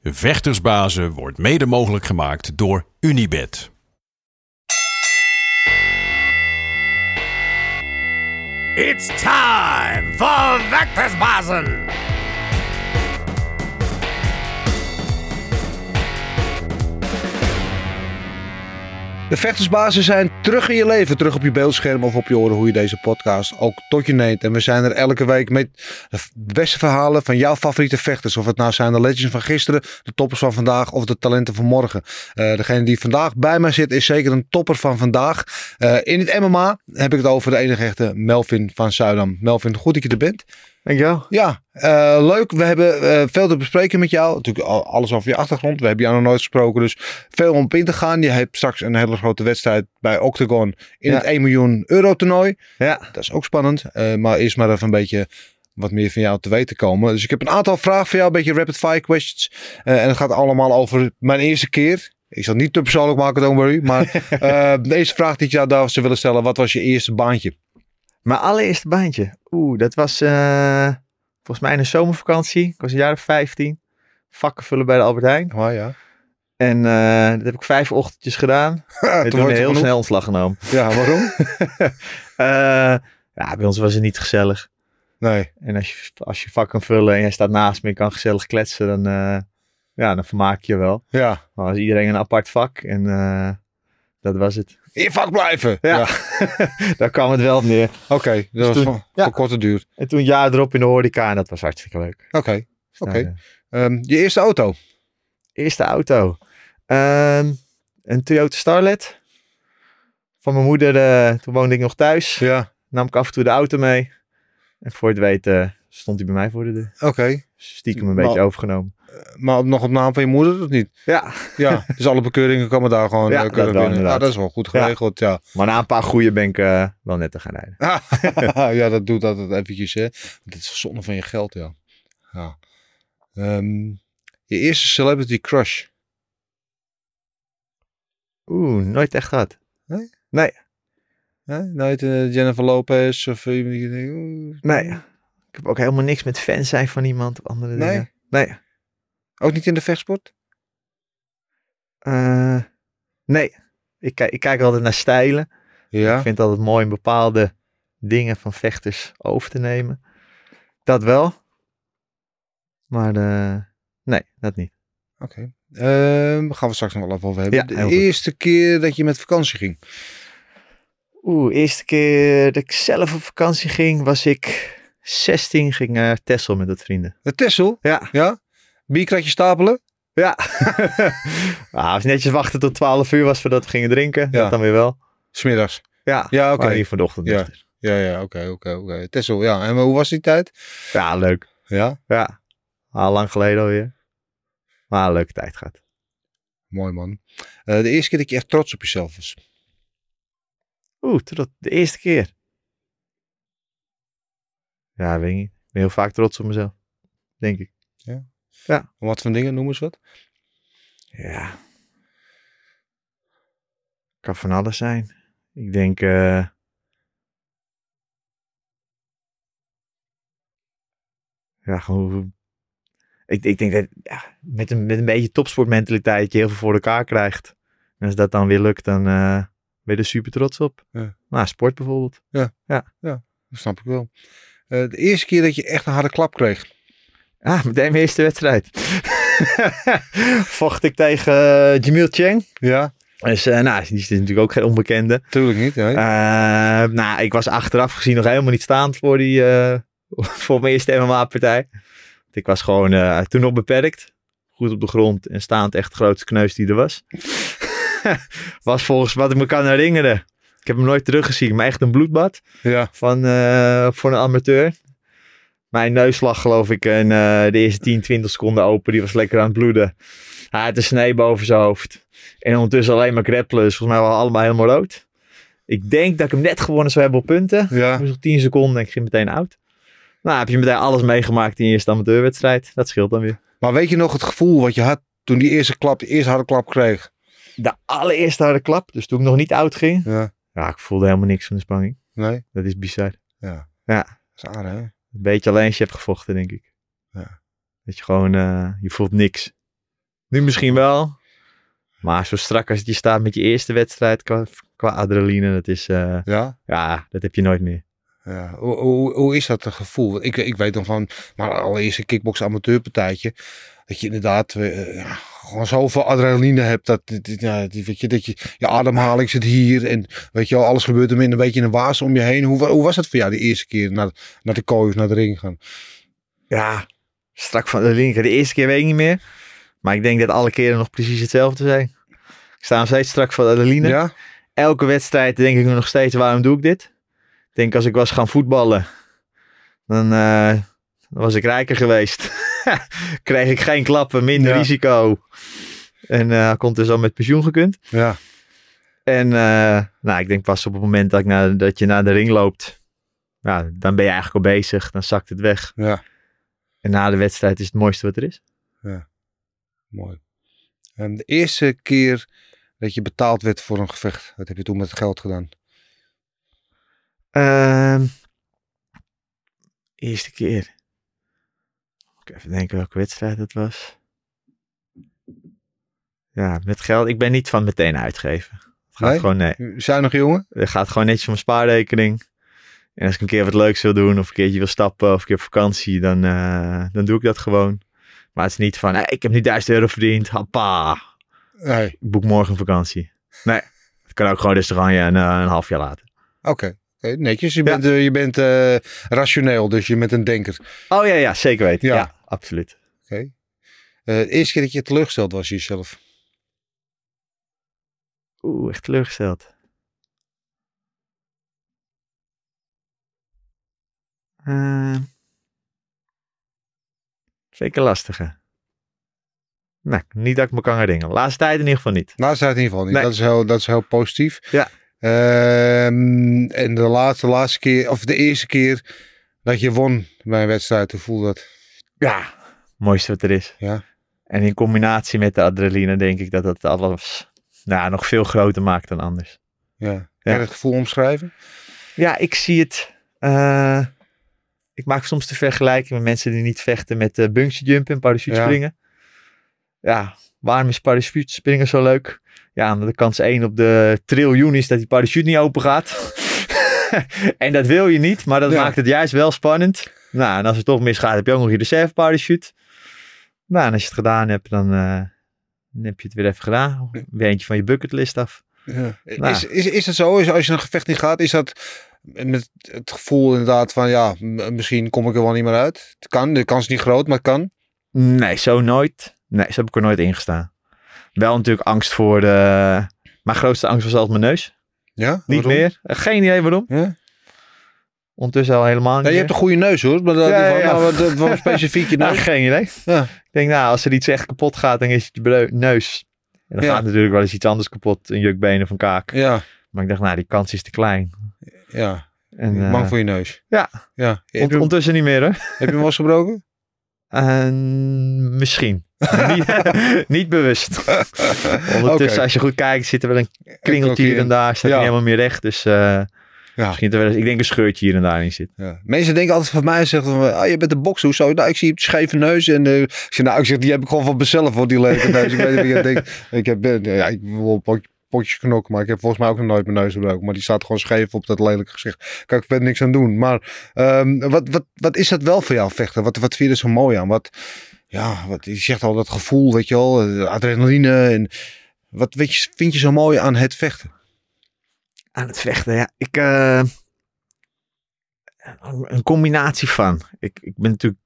Vechtersbazen wordt mede mogelijk gemaakt door Unibet. It's time for Vechtersbazen! De vechtersbazen zijn terug in je leven, terug op je beeldscherm of op je oren, hoe je deze podcast ook tot je neemt. En we zijn er elke week met de beste verhalen van jouw favoriete vechters. Of het nou zijn de legends van gisteren, de toppers van vandaag of de talenten van morgen. Degene die vandaag bij mij zit is zeker een topper van vandaag. In het MMA heb ik het over de enige echte Melvin van Zuidam. Melvin, goed dat je er bent. Dankjewel. Ja, leuk. We hebben veel te bespreken met jou. Natuurlijk alles over je achtergrond. We hebben jou nog nooit gesproken, dus veel om op in te gaan. Je hebt straks een hele grote wedstrijd bij Octagon in het 1 miljoen euro toernooi. Ja. Dat is ook spannend. Maar eerst maar even een beetje wat meer van jou te weten komen. Dus ik heb een aantal vragen voor jou, een beetje rapid fire questions. En het gaat allemaal over mijn eerste keer. Ik zal het niet te persoonlijk maken, don't worry. Maar de eerste vraag die ik jou daar zou willen stellen. Wat was je eerste baantje? Mijn allereerste baantje. Dat was volgens mij een zomervakantie. Ik was een jaar of 15. Vakken vullen bij de Albert Heijn. Oh ja. En dat heb ik 5 ochtendjes gedaan. En toen heel genoeg. snel ontslag genomen. Ja, waarom? Bij ons was het niet gezellig. Nee. En als je vak kan vullen en jij staat naast me en kan gezellig kletsen, dan vermaak je je wel. Ja. Maar als iedereen een apart vak en dat was het. In je vak blijven. Ja. Daar kwam het wel op neer. Oké, dat was voor korte duur. En toen een jaar erop in de horeca en dat was hartstikke leuk. Oké. Dus, Je eerste auto? Eerste auto. Een Toyota Starlet. Van mijn moeder, toen woonde ik nog thuis. Ja. Nam ik af en toe de auto mee. En voor het weten stond hij bij mij voor de deur. Oké. Stiekem een beetje overgenomen. Maar nog op naam van je moeder of niet? Ja. Ja, dus alle bekeuringen komen daar gewoon Ja, dat wel, inderdaad. dat is wel goed geregeld, ja. Maar na een paar goede ben ik wel net te gaan rijden. Ja, dat doet altijd eventjes, hè. Dat is zonde van je geld, ja. Je eerste celebrity crush? Nooit echt gehad. Nee? Nee. Nooit Jennifer Lopez of iemand die je denkt... Nee. Ik heb ook helemaal niks met fans zijn van iemand of andere dingen. Nee. Ook niet in de vechtsport? Nee. Ik kijk altijd naar stijlen. Ja. Ik vind het altijd mooi om bepaalde dingen van vechters over te nemen. Dat wel. Maar nee, dat niet. Oké. Gaan we straks nog wel even over hebben. Ja, de eerste keer dat je met vakantie ging? Eerste keer dat ik zelf op vakantie ging, was ik 16. Ging naar Texel met wat vrienden. De Texel? Ja. Ja? Bierkratje stapelen? Ja. Was netjes wachten tot 12 uur was voordat we gingen drinken. Ja. Dat dan weer wel. 'S middags? Ja. Ja, oké. Hier voor de ochtend. Ja. Ja, oké. Texel, ja. En hoe was die tijd? Ja, leuk. Ja? Ja. Lang geleden alweer. Maar leuke tijd gehad. Mooi, man. De eerste keer dat je echt trots op jezelf was? De eerste keer. Ja, weet ik niet. Ik ben heel vaak trots op mezelf. Denk ik. Ja. Wat voor dingen, noem eens wat? Ja. Kan van alles zijn. Ik denk... gewoon... Ik denk dat met een beetje topsportmentaliteit je heel veel voor elkaar krijgt. En als dat dan weer lukt, dan ben je er super trots op. Ja. Nou, sport bijvoorbeeld. Ja, dat snap ik wel. De eerste keer dat je echt een harde klap kreeg? Meteen mijn eerste wedstrijd. Vocht ik tegen Jamil Cheng. Ja. Dus die is natuurlijk ook geen onbekende. Tuurlijk niet, hè? Ik was achteraf gezien nog helemaal niet staand voor voor mijn eerste MMA-partij. Ik was gewoon toen nog beperkt. Goed op de grond en staand echt de grootste kneus die er was. Was volgens wat ik me kan herinneren. Ik heb hem nooit teruggezien, maar echt een bloedbad. Ja. Voor een amateur. Mijn neus lag geloof ik de eerste 10, 20 seconden open. Die was lekker aan het bloeden. Hij had een snee boven zijn hoofd. En ondertussen alleen maar grappelen. Dus volgens mij waren we allemaal helemaal rood. Ik denk dat ik hem net gewonnen zou hebben op punten. Ja. Dus nog 10 seconden en ik ging meteen out. Nou, heb je meteen alles meegemaakt in je eerste amateurwedstrijd. Dat scheelt dan weer. Maar weet je nog het gevoel wat je had toen die eerste harde klap kreeg? De allereerste harde klap. Dus toen ik nog niet out ging. Ja. Ik voelde helemaal niks van de spanning. Nee? Dat is bizar. Ja. Ja. Dat is aardig, hè? Een beetje alleen als je hebt gevochten, denk ik. Ja. Dat je gewoon, je voelt niks. Nu misschien wel. Maar zo strak als je staat met je eerste wedstrijd qua adrenaline, dat is... Ja, dat heb je nooit meer. Ja. Hoe is dat een gevoel? Want ik weet dan van mijn allereerste kickbox amateurpartijtje. Dat je inderdaad gewoon zoveel adrenaline hebt. Weet je, dat je ademhaling zit hier. En weet je wel, alles gebeurt er een beetje in een waas om je heen. Hoe was dat voor jou de eerste keer naar de kooi of naar de ring gaan? Ja, strak van de ring. De eerste keer weet ik niet meer. Maar ik denk dat alle keren nog precies hetzelfde zijn. Ik sta nog steeds strak van adrenaline. Ja? Elke wedstrijd denk ik nog steeds, waarom doe ik dit? Ik denk als ik was gaan voetballen, dan was ik rijker geweest. Kreeg ik geen klappen, minder risico. En komt dus al met pensioen gekund. Ja. En ik denk pas op het moment dat je naar de ring loopt, dan ben je eigenlijk al bezig. Dan zakt het weg. Ja. En na de wedstrijd is het mooiste wat er is. Ja, mooi. De eerste keer dat je betaald werd voor een gevecht, wat heb je toen met het geld gedaan? Eerste keer. Ik even denken welke wedstrijd het was. Ja, met geld. Ik ben niet van meteen uitgeven. Het gaat gewoon, nee. Zuinig jongen? Het gaat gewoon netjes om mijn spaarrekening. En als ik een keer wat leuks wil doen, of een keertje wil stappen, of een keer op vakantie, dan doe ik dat gewoon. Maar het is niet van, ik heb nu €1000 verdiend, happa. Nee. Ik boek morgen een vakantie. Nee, het kan ook gewoon rustig aan een half jaar later. Oké. Netjes. Je bent rationeel, dus je bent een denker. Oh ja, zeker weten. Ja, absoluut. Oké. De eerste keer dat je teleurgesteld was jezelf? Echt teleurgesteld. Zeker lastige. Nou, niet dat ik me kan herinneren. Laatste tijd in ieder geval niet. Laatste tijd in ieder geval niet. Nee. Dat is heel positief. Ja. En de laatste keer, of de eerste keer dat je won bij een wedstrijd, hoe voelde dat? Ja, mooiste wat er is. Ja. En in combinatie met de adrenaline denk ik dat het alles nog veel groter maakt dan anders. Ja. Kan je het gevoel omschrijven? Ja, ik zie het... ik maak soms de vergelijking met mensen die niet vechten met bungee jumpen en parachutespringen. Ja, waarom is parachutespringen zo leuk? Ja, omdat de kans 1 op de triljoen is dat die parachute niet open gaat. En dat wil je niet, maar dat maakt het juist wel spannend. Nou, en als het toch misgaat, heb je ook nog je reserveparachute. Nou, en als je het gedaan hebt, dan heb je het weer even gedaan. Weer eentje van je bucketlist af. Ja. Nou. Is het zo, als je een gevecht niet gaat, is dat met het gevoel inderdaad van misschien kom ik er wel niet meer uit? Het kan, de kans is niet groot, maar het kan. Nee, zo nooit. Nee, zo heb ik er nooit in gestaan. Wel natuurlijk angst voor mijn grootste angst was altijd mijn neus. Ja? Niet waarom? meer. Geen idee waarom. Ja? Ondertussen al helemaal niet. Je hebt een goede neus hoor. Maar wat specifiek je neus? Geen idee. Ja. Ik denk als er iets echt kapot gaat, dan is het je neus. En dan gaat natuurlijk wel eens iets anders kapot. Een jukbeen of een kaak. Ja. Maar ik dacht, die kans is te klein. Ja. En, bang voor je neus. Ja. Ondertussen niet meer hoor. Heb je hem wel eens gebroken? Misschien. niet bewust. Ondertussen, als je goed kijkt, zit er wel een kringeltje hier en daar. Staat niet helemaal meer recht. Dus misschien er wel eens, ik denk een scheurtje hier en daar in zit. Ja. Mensen denken altijd van mij, zeggen je bent een bokser, hoezo? Nou, ik zie een scheve neus. En ik zeg, die heb ik gewoon van mezelf, voor die lelijke neus. Ik weet niet wie je denkt. Ik wil potjes knokken, maar ik heb volgens mij ook nog nooit mijn neus gebroken. Maar die staat gewoon scheef op dat lelijke gezicht. Kan ik verder niks aan doen. Maar wat is dat wel voor jou, vechten? Wat vind je er zo mooi aan? Je zegt al dat gevoel, weet je wel, adrenaline. En wat vind je zo mooi aan het vechten? Aan het vechten, ja. Een combinatie van. Ik ben natuurlijk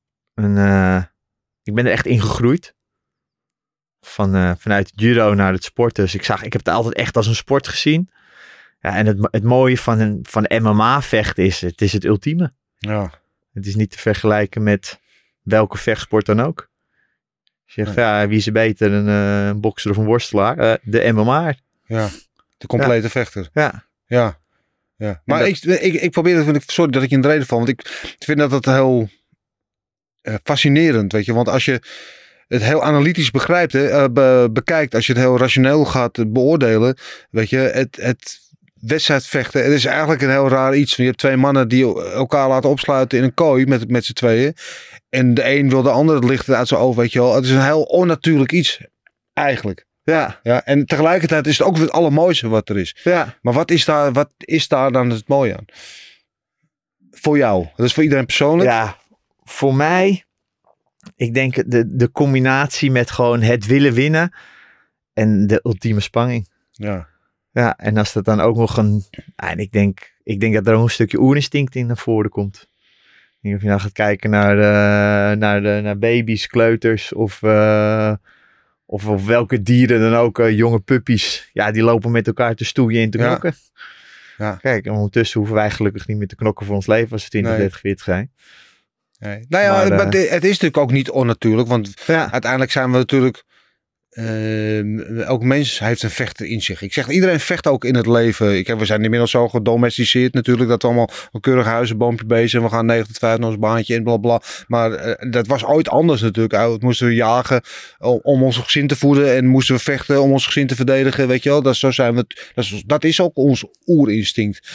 ik ben er echt in gegroeid. Vanuit judo naar het sport. Dus ik heb het altijd echt als een sport gezien. Ja, en het mooie van MMA vechten is, het is het ultieme. Ja. Het is niet te vergelijken met welke vechtsport dan ook. Je zegt, wie is er beter, een bokser of een worstelaar? De MMA. Ja, de complete vechter. Ja. Maar ik probeer het, sorry dat ik je in de reden val, want ik vind dat heel fascinerend, weet je. Want als je het heel analytisch begrijpt, bekijkt, als je het heel rationeel gaat beoordelen, weet je, het wedstrijdvechten, het is eigenlijk een heel raar iets. Je hebt twee mannen die elkaar laten opsluiten in een kooi met z'n tweeën. En de een wil de ander het licht uit zijn ogen, weet je wel. Het is een heel onnatuurlijk iets, eigenlijk. Ja. Ja, en tegelijkertijd is het ook weer het allermooiste wat er is. Ja. Maar wat is daar dan het mooie aan? Voor jou. Dat is voor iedereen persoonlijk. Ja, voor mij, ik denk de combinatie met gewoon het willen winnen en de ultieme spanning. Ja. Ja, en als dat dan ook nog en ik denk dat er ook een stukje oerinstinct in naar voren komt. Ik denk of je nou gaat kijken naar baby's, kleuters of welke dieren dan ook, jonge puppies. Ja, die lopen met elkaar te stoeien en te knokken. Ja. Kijk, en ondertussen hoeven wij gelukkig niet meer te knokken voor ons leven als we 20, 30, 40 zijn. Nee. Nou ja, maar het is natuurlijk ook niet onnatuurlijk. Want uiteindelijk zijn we natuurlijk... elk mens heeft een vechter in zich. Ik zeg, iedereen vecht ook in het leven. We zijn inmiddels zo gedomesticeerd natuurlijk. Dat we allemaal een keurig huizenboompje bezig. En we gaan 9 tot 5 naar ons baantje en blablabla. Maar dat was ooit anders natuurlijk. We moesten jagen om ons gezin te voeden. En moesten we vechten om ons gezin te verdedigen. Weet je wel. Zo zijn we. Dat is ook ons oerinstinct.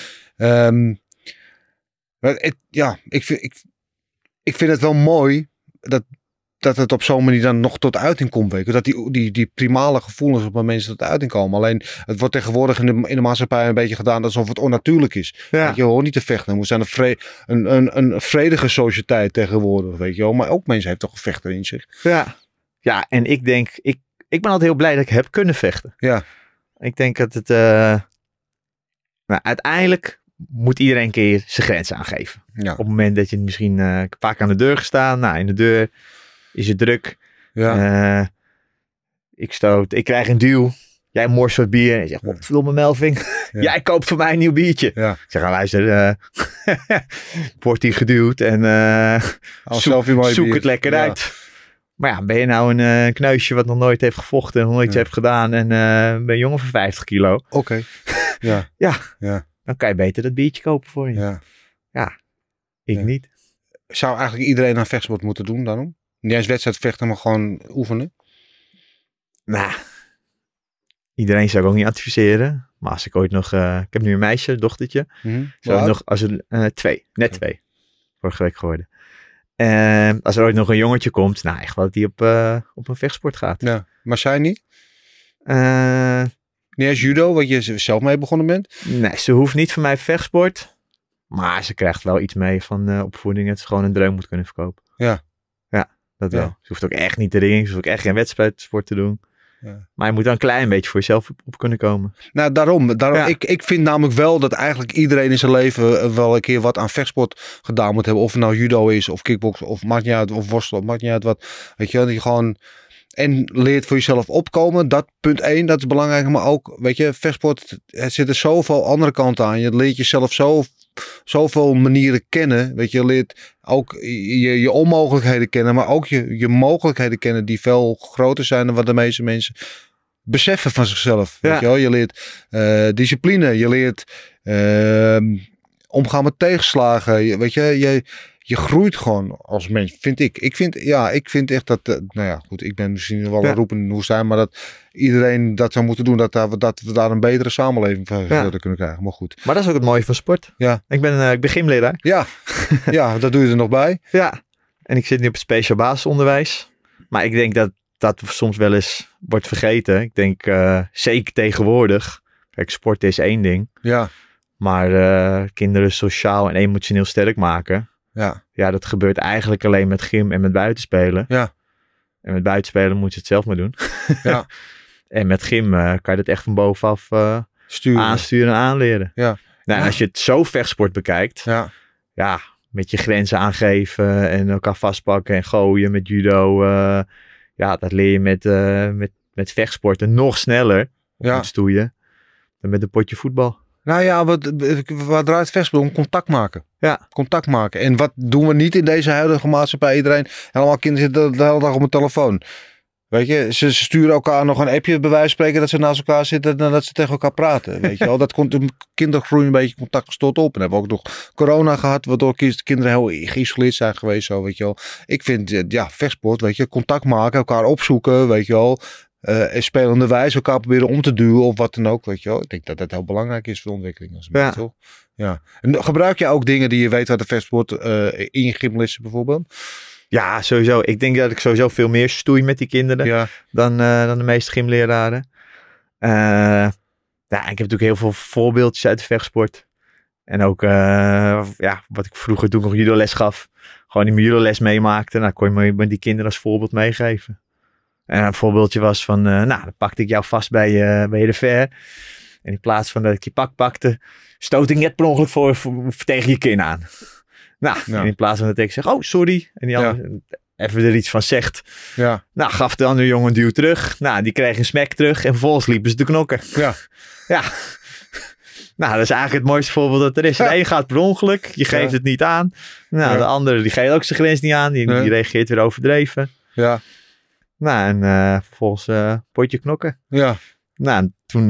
Ik vind het wel mooi dat het op zo'n manier dan nog tot uiting komt. Weet je? Dat die primale gevoelens op mensen tot uiting komen. Alleen het wordt tegenwoordig in de maatschappij een beetje gedaan alsof het onnatuurlijk is. Ja. Weet je, hoort niet te vechten. We zijn een vredige sociëteit tegenwoordig. Weet je wel. Maar ook mensen hebben toch een vechter in zich. Ja, en ik denk, ik ben altijd heel blij dat ik heb kunnen vechten. Ja. Ik denk dat het uiteindelijk moet iedereen een keer zijn grenzen aangeven. Ja. Op het moment dat je misschien vaak aan de deur gestaan. Nou, in de deur is het druk. Ja. Ik krijg een duw. Jij morst wat bier. En je zegt, godverdomme Melvin. Ja. Jij koopt voor mij een nieuw biertje. Ja. Ik zeg, luister. Wordt die geduwd. En zoek het lekker uit. Maar ja, ben je nou een kneusje wat nog nooit heeft gevochten. En nog nooit iets heeft gedaan. En ben je jongen van 50 kilo. Oké. Ja. Ja. Dan kan je beter dat biertje kopen voor je. Ja. Ik niet. Zou eigenlijk iedereen aan vechtsport moeten doen daarom? Niet eens wedstrijd vechten, maar gewoon oefenen? Nou, iedereen zou ik ook niet adviseren. Maar als ik ooit nog... ik heb nu een meisje, een dochtertje. Zou ik nog, als er 2, net 2. Vorige week geworden. Als er ooit nog een jongetje komt, nou echt wel dat die op een vechtsport gaat. Ja, maar zij niet? Niet eens judo, wat je zelf mee begonnen bent? Nee, ze hoeft niet van mij vechtsport. Maar ze krijgt wel iets mee van opvoeding. Het is gewoon een dreun moet kunnen verkopen. Ja. Dat wel. Ze hoeft ook echt niet te ringen. Ze hoeft ook echt geen wedstrijdsport te doen. Ja. Maar je moet dan een klein beetje voor jezelf op kunnen komen. Nou, daarom. Ik vind namelijk wel dat eigenlijk iedereen in zijn leven wel een keer wat aan vechtsport gedaan moet hebben. Of het nou judo is, of kickboksen, of maakt niet uit, of worstelen, maakt niet uit wat. Weet je, dat je gewoon... En leert voor jezelf opkomen. Dat punt 1, dat is belangrijk. Maar ook, weet je, vechtsport, het zit er zoveel andere kanten aan. Je leert jezelf zoveel manieren kennen. Weet je leert ook je onmogelijkheden kennen. Maar ook je mogelijkheden kennen die veel groter zijn dan wat de meeste mensen beseffen van zichzelf. Ja. Weet je wel? Je leert discipline. Je leert omgaan met tegenslagen. Weet je groeit gewoon als mens, vind ik. Ik vind echt dat... nou ja, goed, ik ben misschien wel een roepende woestijn, maar dat iedereen dat zou moeten doen, dat we daar een betere samenleving van kunnen krijgen. Maar goed. Maar dat is ook het mooie van sport. Ja. Ik ben gymleraar. Ja, dat doe je er nog bij. Ja, en ik zit nu op het speciaal basisonderwijs. Maar ik denk dat soms wel eens wordt vergeten. Ik denk zeker tegenwoordig. Kijk, sport is één ding. Ja. Maar kinderen sociaal en emotioneel sterk maken... Ja, dat gebeurt eigenlijk alleen met gym en met buitenspelen. Ja. En met buitenspelen moet je het zelf maar doen. Ja. En met gym kan je dat echt van bovenaf aansturen en aanleren. Ja. Nou, en als je het zo vechtsport bekijkt. Ja, met je grenzen aangeven en elkaar vastpakken en gooien met judo. Dat leer je met vechtsporten nog sneller op stoeien dan met een potje voetbal. Nou ja, wat draait vechtsport om? Contact maken. Ja. Contact maken. En wat doen we niet in deze huidige maatschappij? Iedereen, allemaal kinderen zitten de hele dag op een telefoon. Weet je, ze sturen elkaar nog een appje, bij wijze van spreken, dat ze naast elkaar zitten en dat ze tegen elkaar praten. Weet je wel, dat komt de kinderen groeien een beetje contact gestoord op. En hebben we ook nog corona gehad, waardoor kinderen heel geïsoleerd zijn geweest. Zo, weet je wel. Ik vind, vechtsport, weet je, contact maken, elkaar opzoeken, weet je wel. Spelende wijze elkaar proberen om te duwen of wat dan ook, weet je wel. Ik denk dat dat heel belangrijk is voor de ontwikkeling als mens, toch? Ja. En gebruik je ook dingen die je weet uit de vechtsport in je gymlessen bijvoorbeeld? Ja, sowieso. Ik denk dat ik sowieso veel meer stoei met die kinderen dan de meeste gymleraren. Ik heb natuurlijk heel veel voorbeeldjes uit de vechtsport. En ook wat ik vroeger toen nog judoles gaf. Gewoon die judoles meemaakte. Nou, kon je me die kinderen als voorbeeld meegeven. En een voorbeeldje was van, dan pakte ik jou vast bij de ver. En in plaats van dat ik je pak pakte, stoot ik net per ongeluk voor tegen je kin aan. Nou, en in plaats van dat ik zeg, oh sorry. En die andere even er iets van zegt. Ja. Nou, gaf de andere jongen een duw terug. Nou, die kreeg een smack terug. En vervolgens liepen ze te knokken. Ja. Ja. Nou, dat is eigenlijk het mooiste voorbeeld dat er is. De een gaat per ongeluk. Je geeft het niet aan. Nou, de andere die geeft ook zijn grens niet aan. Die reageert weer overdreven. Ja. Nou, en vervolgens potje knokken. Ja. Nou, toen...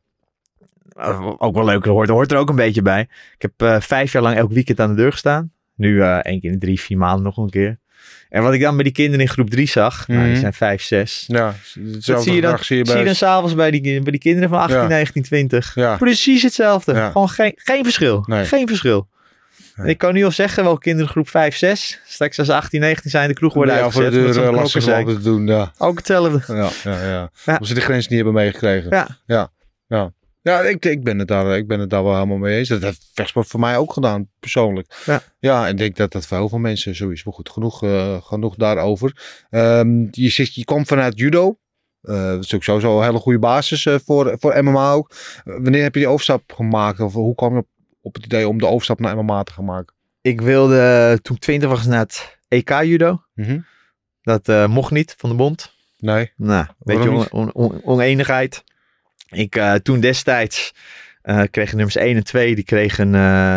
ook wel leuk, hoort er ook een beetje bij. Ik heb 5 jaar lang elk weekend aan de deur gestaan. Nu 1 keer in 3-4 maanden nog een keer. En wat ik dan bij die kinderen in groep 3 zag, nou, die zijn 5, 6. Ja, dat zie je dan s'avonds bij die kinderen van 18, 19, 20. Ja. Precies hetzelfde. Ja. Gewoon geen verschil. Nee. Geen verschil. Nee. En ik kan nu al zeggen, welke kinderen groep 5, 6. Straks als ze 18, 19 zijn, de kroeg worden uitgezet. Voor de deur lastig lopen te doen. Ja. Ook hetzelfde. Ja. Omdat ze de grens niet hebben meegekregen. Ja. Ja, ik ben het daar wel helemaal mee eens. Dat heeft vechtsport voor mij ook gedaan, persoonlijk. Ja, en ik denk dat voor heel veel mensen zo is. Maar goed, genoeg daarover. Je zegt, je komt vanuit judo. Dat is ook sowieso een hele goede basis voor MMA ook. Wanneer heb je die overstap gemaakt? Of hoe kwam je op het idee om de overstap naar MMA te gaan maken? Ik wilde, toen ik 20 was, naar het EK judo. Mm-hmm. Dat mocht niet van de bond. Nee. Nou, een beetje oneenigheid. Ik toen destijds kreeg nummers 1 en 2. Die kregen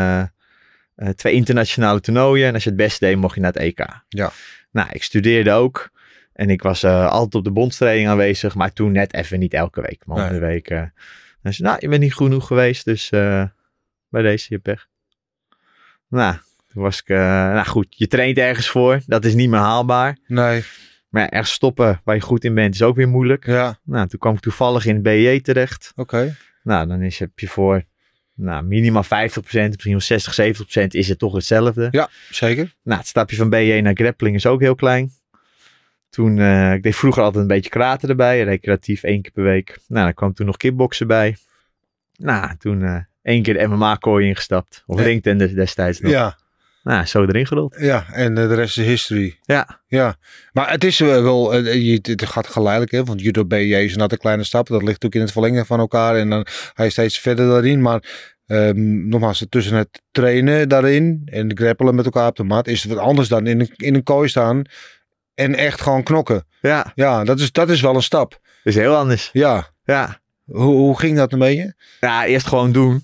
2 internationale toernooien. En als je het best deed, mocht je naar het EK. Ja. Nou, ik studeerde ook. En ik was altijd op de bondstraining aanwezig. Maar toen net even niet elke week. Maar om de week. Dus je bent niet genoeg geweest. Dus bij deze je pech. Nou, toen was ik... goed, je traint ergens voor. Dat is niet meer haalbaar. Nee. Maar ja, ergens stoppen waar je goed in bent is ook weer moeilijk. Ja. Nou, toen kwam ik toevallig in het BJ terecht. Oké. Nou, dan heb je voor minimaal 50%, misschien wel 60-70% is het toch hetzelfde. Ja, zeker. Nou, het stapje van BJ naar grappling is ook heel klein. Toen, ik deed vroeger altijd een beetje karate erbij, recreatief 1 keer per week. Nou, dan kwam toen nog kickboksen bij. Nou, toen 1 keer de MMA-kooi ingestapt. Of ringtender destijds nog. Ja. Nou, zo erin gerold. Ja, en de rest is history. Ja. Maar het is wel, het gaat geleidelijk, hè? Want judo BJ is een kleine stap. Dat ligt ook in het verlengen van elkaar. En dan ga je steeds verder daarin. Maar nogmaals, tussen het trainen daarin en grappelen met elkaar op de mat is het wat anders dan in een kooi staan en echt gewoon knokken. Ja, dat is wel een stap. Dat is heel anders. Ja. Hoe ging dat een beetje? Ja, eerst gewoon doen.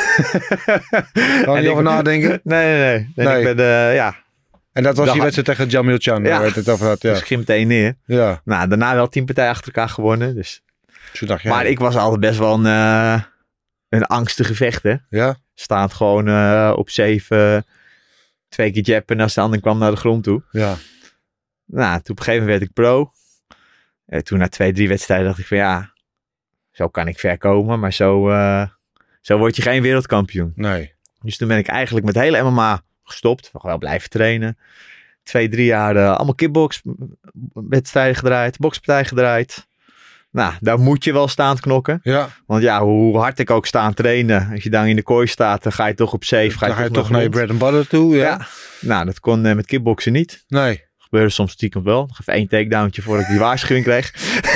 Kan je niet over nadenken? Nee. Ik ben, En dat was die wedstrijd tegen Jamil Chan. Ja, waar het over had, dus ging meteen neer. Ja. Nou, daarna wel 10 partijen achter elkaar gewonnen. Dus. Maar ik was altijd best wel een angstige vechter. Ja. Staand gewoon op 7, 2 keer jappen en als de ander kwam naar de grond toe. Ja. Nou, toen op een gegeven moment werd ik pro. Toen na 2-3 wedstrijden dacht ik van zo kan ik ver komen, maar zo word je geen wereldkampioen. Nee. Dus toen ben ik eigenlijk met hele MMA gestopt. Nog wel blijven trainen. 2-3 jaar allemaal kickbox-wedstrijden gedraaid. Bokspartij gedraaid. Nou, daar moet je wel staand knokken. Ja. Want hoe hard ik ook staan trainen. Als je dan in de kooi staat, dan ga je toch op safe. Dan ga je toch naar je bread and butter toe. Ja. Nou, dat kon met kickboksen niet. Nee. Gebeurde soms stiekem wel. Nog even 1 takedowntje voordat ik die waarschuwing kreeg.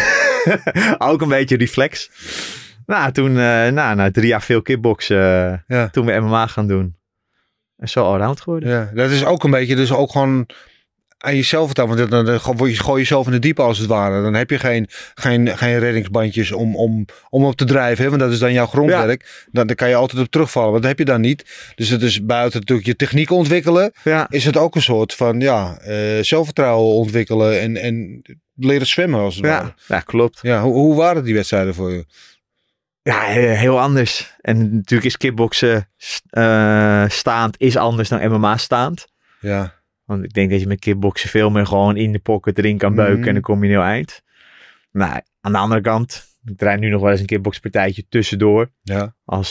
Ook een beetje reflex. Nou, toen na 3 jaar veel kickboksen, toen we MMA gaan doen. En zo allround geworden. Ja, dat is ook een beetje, dus ook gewoon aan jezelf vertellen. Want dan gooi je jezelf in de diepe als het ware. Dan heb je geen reddingsbandjes om op te drijven. Hè? Want dat is dan jouw grondwerk. Ja. Dan kan je altijd op terugvallen. Want dat heb je dan niet. Dus het is buiten natuurlijk je techniek ontwikkelen. Ja. Is het ook een soort van zelfvertrouwen ontwikkelen. En leren zwemmen als het ware. Ja, klopt. Ja, hoe waren die wedstrijden voor je? Ja, heel anders. En natuurlijk is kickboksen staand is anders dan MMA staand. Ja. Want ik denk dat je met kickboksen veel meer gewoon in de pocket erin kan beuken en dan kom je een heel eind. Nou, aan de andere kant, ik draai nu nog wel eens een kickboxpartijtje tussendoor. Ja. Als,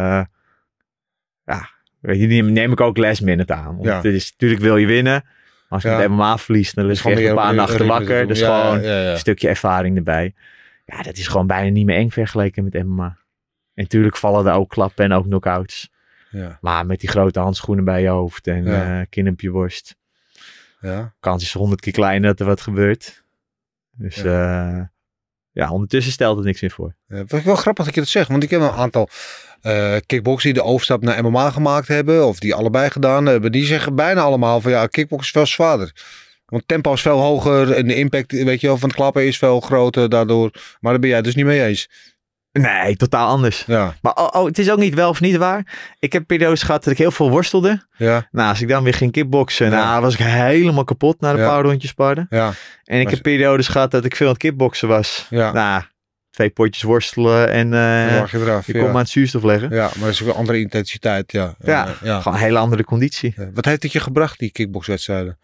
weet je, neem ik ook last minute aan. Want het is, natuurlijk wil je winnen. Als ik met MMA verlies, dan lig ik echt een paar nachten wakker. Dus gewoon een stukje ervaring erbij. Ja, dat is gewoon bijna niet meer eng vergeleken met MMA. En natuurlijk vallen er ook klappen en ook knockouts. Ja. Maar met die grote handschoenen bij je hoofd en kin op je borst. Ja. Kans is 100 keer kleiner dat er wat gebeurt. Dus ondertussen stelt het niks meer voor. Wat ik wel grappig dat je dat zegt. Want ik heb een aantal kickboxers die de overstap naar MMA gemaakt hebben. Of die allebei gedaan hebben. Die zeggen bijna allemaal van ja, kickboxen is veel zwaarder. Want het tempo is veel hoger. En de impact weet je wel, van het klappen is veel groter daardoor. Maar daar ben jij dus niet mee eens. Nee, totaal anders. Ja. Maar het is ook niet wel of niet waar. Ik heb periodes gehad dat ik heel veel worstelde. Ja. Nou, als ik dan weer ging kickboksen, was ik helemaal kapot na een paar rondjes sparren. Ja. En ik heb periodes gehad dat ik veel aan het kickboksen was. Ja. Nou, 2 potjes worstelen en je komt aan het zuurstof leggen. Ja, maar dat is ook een andere intensiteit. Ja. Gewoon een hele andere conditie. Wat heeft het je gebracht, die kickboxwedstrijden?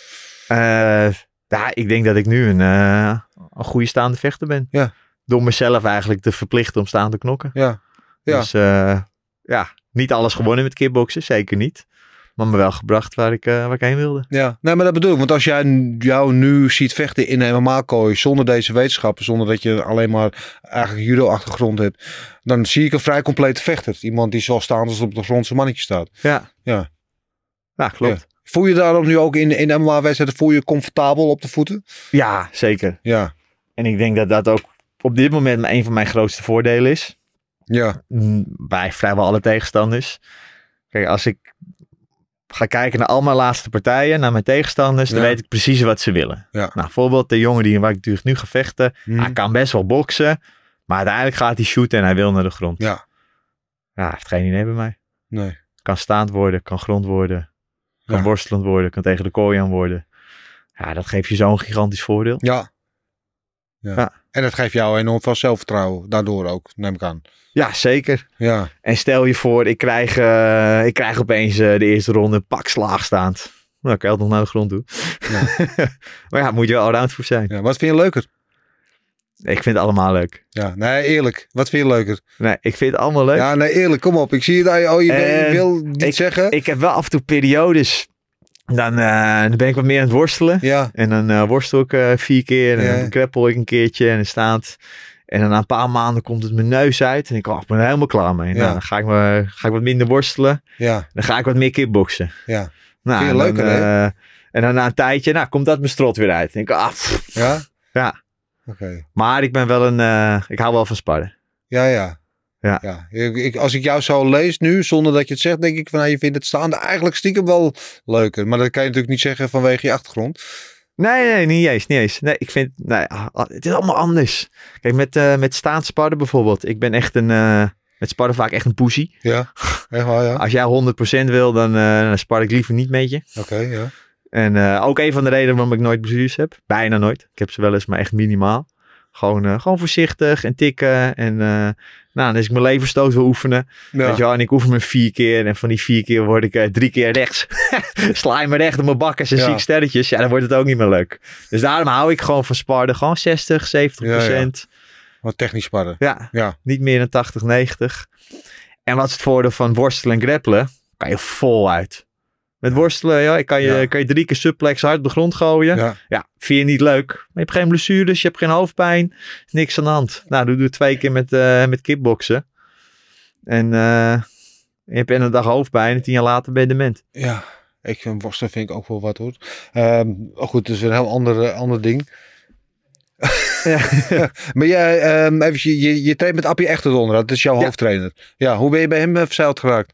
Ik denk dat ik nu een goede staande vechter ben. Ja. Door mezelf eigenlijk te verplichten om staan te knokken. Ja. Dus niet alles gewonnen met kickboksen, zeker niet. Maar me wel gebracht waar ik heen wilde. Ja, nee, maar dat bedoel ik. Want als jij jou nu ziet vechten in een MMA-kooi zonder deze wetenschappen, zonder dat je alleen maar eigenlijk judo-achtergrond hebt, dan zie ik een vrij complete vechter. Iemand die zo staand als op de grond zijn mannetje staat. Ja. Ja. Ja, klopt. Ja. Voel je daarom nu ook in MMA-wedstrijden, voel je je comfortabel op de voeten? Ja, zeker. Ja. En ik denk dat dat ook op dit moment een van mijn grootste voordelen is. Ja. Bij vrijwel alle tegenstanders. Kijk, als ik ga kijken naar al mijn laatste partijen, naar mijn tegenstanders, dan weet ik precies wat ze willen. Ja. Nou, bijvoorbeeld de jongen waar ik natuurlijk nu ga vechten. Hij kan best wel boksen, maar uiteindelijk gaat hij shooten en hij wil naar de grond. Ja. Ja, hij heeft geen idee bij mij. Nee. Kan staand worden, kan grond worden, kan worstelend worden, kan tegen de kooi aan worden. Ja, dat geeft je zo'n gigantisch voordeel. Ja. En dat geeft jou enorm veel zelfvertrouwen, daardoor ook, neem ik aan. Ja, zeker. Ja. En stel je voor, ik krijg opeens de eerste ronde een pak slaag staand. Nou, kan je altijd nog naar de grond toe. Ja. Maar ja, moet je wel allround voor zijn. Ja, wat vind je leuker? Ik vind het allemaal leuk. Ja, nee, eerlijk. Wat vind je leuker? Nee, ik vind het allemaal leuk. Ja, nee, eerlijk. Kom op. Ik zie het aan je. Je wil niet zeggen. Ik heb wel af en toe periodes. Dan ben ik wat meer aan het worstelen. Ja. En dan worstel ik 4 keer. En dan grappel ik een keertje. En dan staat. En dan na een paar maanden komt het mijn neus uit. En ik ben er helemaal klaar mee. Ja. Nou, dan ga ik wat minder worstelen. Ja. Dan ga ik wat meer kickboksen. Ja. Nou, vind je leuker, hè? En dan na een tijdje, komt dat mijn strot weer uit. En ik ja? Ja. Oké. Maar ik ben wel ik hou wel van sparren. Ja. Als ik jou zo lees nu, zonder dat je het zegt, denk ik van, je vindt het staande eigenlijk stiekem wel leuker. Maar dat kan je natuurlijk niet zeggen vanwege je achtergrond. Nee, niet eens. Nee, ik vind, het is allemaal anders. Kijk, met staand sparren bijvoorbeeld. Ik ben echt met sparren vaak echt een poesie. Ja, echt wel, ja. Als jij 100% wil, dan spar ik liever niet met je. Oké, ja. En ook een van de redenen waarom ik nooit blessures heb. Bijna nooit. Ik heb ze wel eens, maar echt minimaal. Gewoon voorzichtig en tikken. En als ik mijn leverstoot wil oefenen. Ja. Weet je wel, en ik oefen me 4 keer. En van die 4 keer word ik 3 keer rechts. Sla je me recht op mijn bakkers en zie ik sterretjes. Ja, dan wordt het ook niet meer leuk. Dus daarom hou ik gewoon van sparren. Gewoon 60, 70%. Ja. Wat technisch sparren. Ja, niet meer dan 80, 90. En wat is het voordeel van worstelen en grappelen? Kan je voluit. Met worstelen, kan je 3 keer suplex hard op de grond gooien. Ja, vind je niet leuk. Maar je hebt geen blessures, je hebt geen hoofdpijn. Niks aan de hand. Nou, doe 2 keer met kickboksen. En je hebt een dag hoofdpijn en 10 jaar later ben je dement. Ja, ik vind worstelen vind ik ook wel wat hoor. Goed, dat is een heel ander ding. Maar jij, je traint met Appie Echterdonde, dat is jouw hoofdtrainer. Ja, hoe ben je bij hem verzeild geraakt?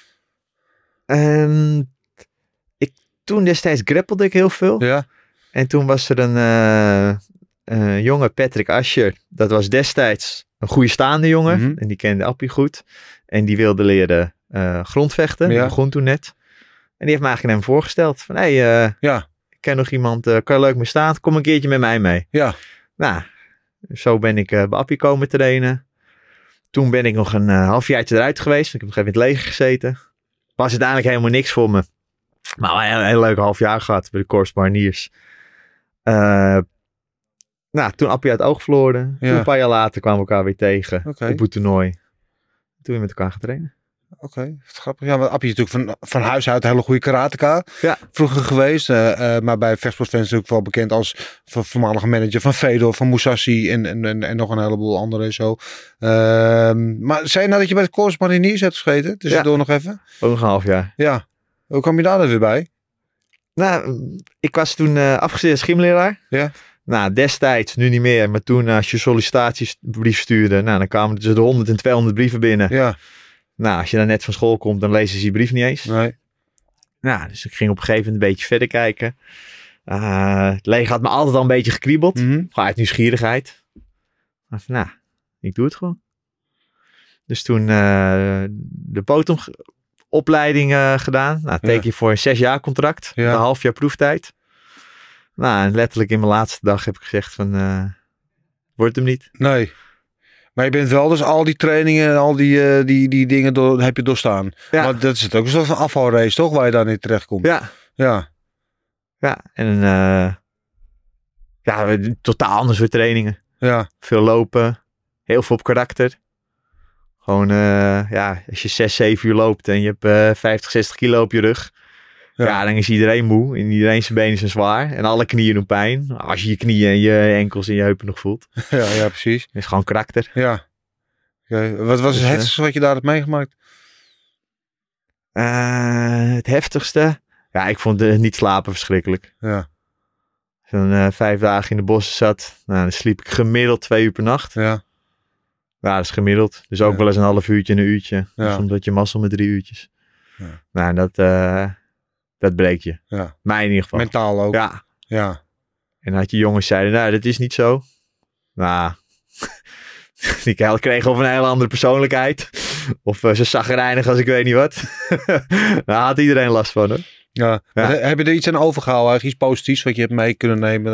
Toen destijds grappelde ik heel veel. Ja. En toen was er een jongen, Patrick Ascher. Dat was destijds een goede staande jongen. Mm-hmm. En die kende Appie goed. En die wilde leren grondvechten. Die begon toen net. En die heeft me eigenlijk aan hem voorgesteld. Van, ik ken nog iemand, kan je leuk mee staan? Kom een keertje met mij mee. Ja. Nou, zo ben ik bij Appie komen trainen. Toen ben ik nog een halfjaartje eruit geweest. Ik heb nog even in het leger gezeten. Was uiteindelijk helemaal niks voor me. Maar een heel leuk half jaar gehad bij de Corps Mariniers. Toen Appie uit het oog verloren. Toen een paar jaar later kwamen we elkaar weer tegen op het toernooi. Toen weer met elkaar gaan trainen. Oké, grappig. Ja, want Appie is natuurlijk van huis uit een hele goede karateka vroeger geweest. Maar bij vechtsportfans natuurlijk wel bekend als voormalige manager van Fedor, van Musashi en nog een heleboel anderen en zo. Maar zei je nou dat je bij de Corps Mariniers hebt gescheten? Tussendoor nog even? Ook nog een half jaar. Ja. Hoe kwam je daar dan weer bij? Nou, ik was toen afgestudeerd schimleraar. Ja. Nou, destijds, nu niet meer. Maar toen als je sollicitatiebrief stuurde, nou, dan kwamen er de 100 en 200 brieven binnen. Ja. Nou, als je dan net van school komt, dan lezen ze je brief niet eens. Nee. Nou, dus ik ging op een gegeven moment een beetje verder kijken. Het leger had me altijd al een beetje gekriebeld. Mm-hmm. Gewoon uit nieuwsgierigheid. Maar van, nou, ik doe het gewoon. Dus toen de POTOM-opleiding gedaan. Nou, teken je voor een 6 jaar contract. Ja. Een half jaar proeftijd. Nou, en letterlijk in mijn laatste dag heb ik gezegd van, wordt hem niet. Nee. Maar je bent wel dus al die trainingen en al die dingen heb je doorstaan. Ja. Maar dat is het ook een soort van afvalrace, toch? Waar je daar niet terecht komt. Ja. Ja. Ja, en totaal ander soort trainingen. Ja. Veel lopen, heel veel op karakter. Gewoon, als je 6, 7 uur loopt en je hebt 50, 60 kilo op je rug. Ja, dan is iedereen moe en iedereen zijn benen zijn zwaar. En alle knieën doen pijn. Als je je knieën en je enkels en je heupen nog voelt. Ja, precies. Het is gewoon karakter. Ja. Wat was het heftigste wat je daar hebt meegemaakt? Het heftigste? Ja, ik vond niet slapen verschrikkelijk. Ja. Als je dan 5 dagen in de bossen zat, nou, dan sliep ik gemiddeld 2 uur per nacht. Ja. Ja, dat is gemiddeld. Dus ook wel eens een half uurtje en een uurtje. Ja. Soms had je mazzel met 3 uurtjes. Ja. Nou, dat breekt je. Ja. Mij in ieder geval. Mentaal ook. Ja. Ja. En dan had je jongens zeiden, nou, dat is niet zo. Nou, die kregen of een hele andere persoonlijkheid. Of ze zagrijnig als ik weet niet wat. Daar had iedereen last van, hoor. Ja. Ja. Heb je er iets aan overgehouden? Eigenlijk iets positiefs wat je hebt mee kunnen nemen?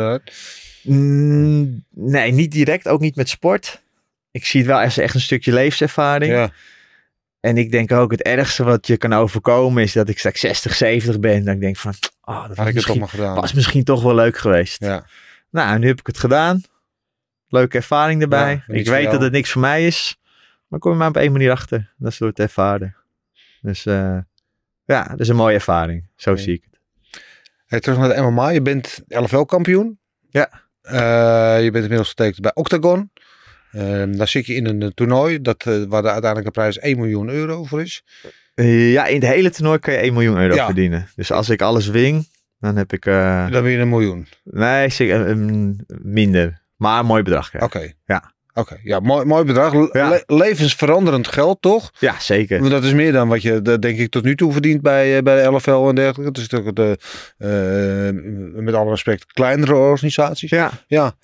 Nee, niet direct. Ook niet met sport. Ik zie het wel als echt een stukje levenservaring. Ja. En ik denk ook het ergste wat je kan overkomen is dat ik straks 60, 70 ben. Dan ik denk van, dat Had ik het toch maar gedaan. was misschien toch wel leuk geweest. Ja. Nou, nu heb ik het gedaan. Leuke ervaring erbij. Ja, ik weet dat het niks voor mij is. Maar kom je maar op 1 manier achter. Dat is door het ervaren. Dus dat is een mooie ervaring. Zo zie ik het. Hey, terug naar de MMA. Je bent LFL-kampioen. Ja. Je bent inmiddels getekend bij Octagon. Daar zit je in een toernooi waar de uiteindelijke prijs 1 miljoen euro voor is. In het hele toernooi kan je 1 miljoen euro verdienen. Dus als ik alles win, dan heb ik... Dan win je 1 miljoen. Nee, minder. Maar een mooi bedrag. Ja. Oké. Ja. Oké. Ja, mooi bedrag. Ja. Levensveranderend geld, toch? Ja, zeker. Want dat is meer dan wat je, denk ik, tot nu toe verdient bij de LFL en dergelijke. Het is natuurlijk met alle respect kleinere organisaties. Ja. Ja.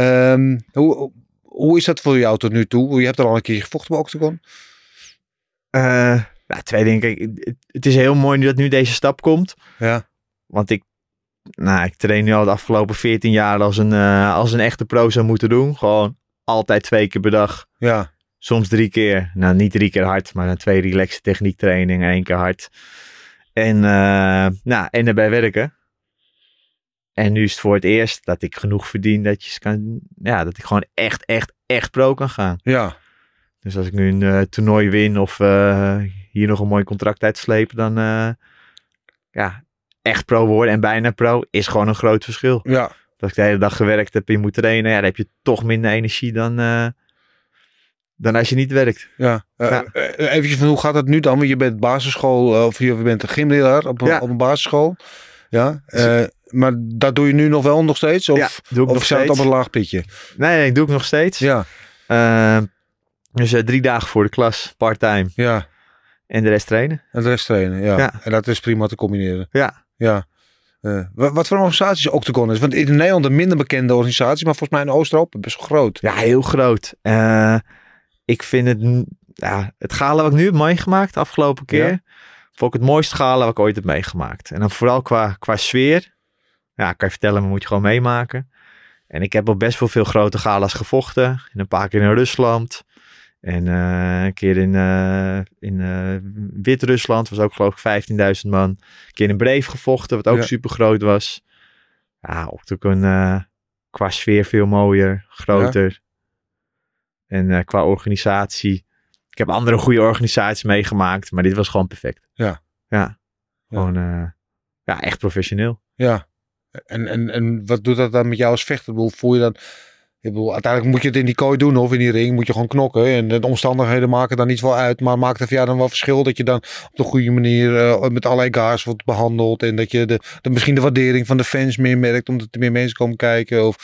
Hoe is dat voor jou tot nu toe? Je hebt er al een keer gevochten bij Octagon. 2 dingen. Het is heel mooi dat nu deze stap komt. Ja. Want ik train nu al de afgelopen 14 jaar als een echte pro zou moeten doen. Gewoon altijd 2 keer per dag. Ja. Soms 3 keer. Nou, niet 3 keer hard, maar dan 2 relaxe techniektrainingen en 1 keer hard. En daarbij werken. En nu is het voor het eerst dat ik genoeg verdien dat ik gewoon echt pro kan gaan. Ja. Dus als ik nu een toernooi win of hier nog een mooi contract uitslepen, dan echt pro worden en bijna pro is gewoon een groot verschil. Ja. Als ik de hele dag gewerkt heb en je moet trainen, dan heb je toch minder energie dan als je niet werkt. Ja. Even van hoe gaat het nu dan? Want je bent basisschool of je bent een gymleraar op een basisschool. Ja. Maar dat doe je nu nog steeds? Of, doe ik nog staat het steeds. op een laag pitje? Nee, doe ik nog steeds. Ja. Dus 3 dagen voor de klas, part-time. Ja. En de rest trainen. En de rest trainen, ja. Ja. En dat is prima te combineren. Ja. Ja. Wat voor organisatie is Octagon is? Want in Nederland een minder bekende organisatie, maar volgens mij in Oost-Europa best wel groot. Ja, heel groot. Ik vind het gala wat ik nu heb meegemaakt de afgelopen keer, vond ik het mooiste gala wat ik ooit heb meegemaakt. En dan vooral qua sfeer. Ja, kan je vertellen, maar moet je gewoon meemaken. En ik heb op best wel veel grote gala's gevochten. En een paar keer in Rusland. En een keer in Wit-Rusland. Was ook geloof ik 15.000 man. Een keer in Breef gevochten, wat ook super groot was. Ja, Octagon qua sfeer veel mooier, groter. En qua organisatie. Ik heb andere goede organisaties meegemaakt, maar dit was gewoon perfect. Ja. Ja. Gewoon, echt professioneel. Ja. En wat doet dat dan met jou als vechter? Voel je dan... uiteindelijk moet je het in die kooi doen of in die ring. Moet je gewoon knokken. En de omstandigheden maken daar niet wel uit. Maar maakt het voor jou dan wel verschil dat je dan op de goede manier met alle egaars wordt behandeld. En dat je misschien de waardering van de fans meer merkt. Omdat er meer mensen komen kijken. Of...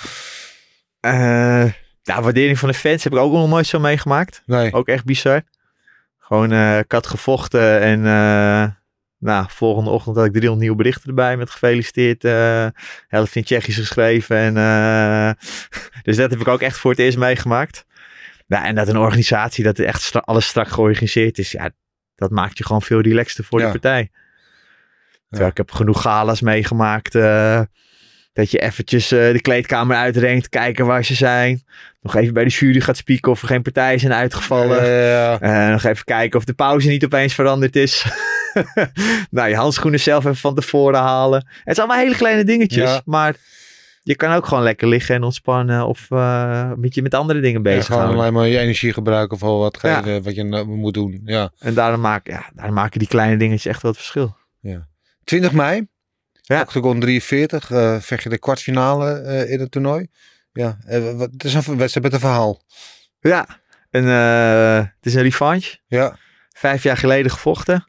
waardering van de fans heb ik ook nog nooit zo meegemaakt. Nee. Ook echt bizar. Gewoon, ik had gevochten en... volgende ochtend had ik 300 nieuwe berichten erbij met gefeliciteerd. Helft in Tsjechisch geschreven. Dus dat heb ik ook echt voor het eerst meegemaakt. En dat een organisatie, dat echt alles strak georganiseerd is. Ja, dat maakt je gewoon veel relaxter voor de partij. Terwijl ik heb genoeg galas meegemaakt. Dat je eventjes de kleedkamer uitrengt, kijken waar ze zijn. Nog even bij de jury gaat spieken of er geen partijen zijn uitgevallen. Nog even kijken of de pauze niet opeens veranderd is. Je handschoenen zelf even van tevoren halen. Het zijn allemaal hele kleine dingetjes. Maar je kan ook gewoon lekker liggen en ontspannen. Of met andere dingen bezig gewoon houden. alleen maar je energie gebruiken voor wat je moet doen. Ja. En daarom maken die kleine dingetjes echt wel het verschil. Ja. 20 mei. Octagon 43. Vecht je de kwartfinale in het toernooi. Ja. Het is een wedstrijd met een verhaal. Ja. Het is een revanche. Ja. 5 jaar geleden gevochten.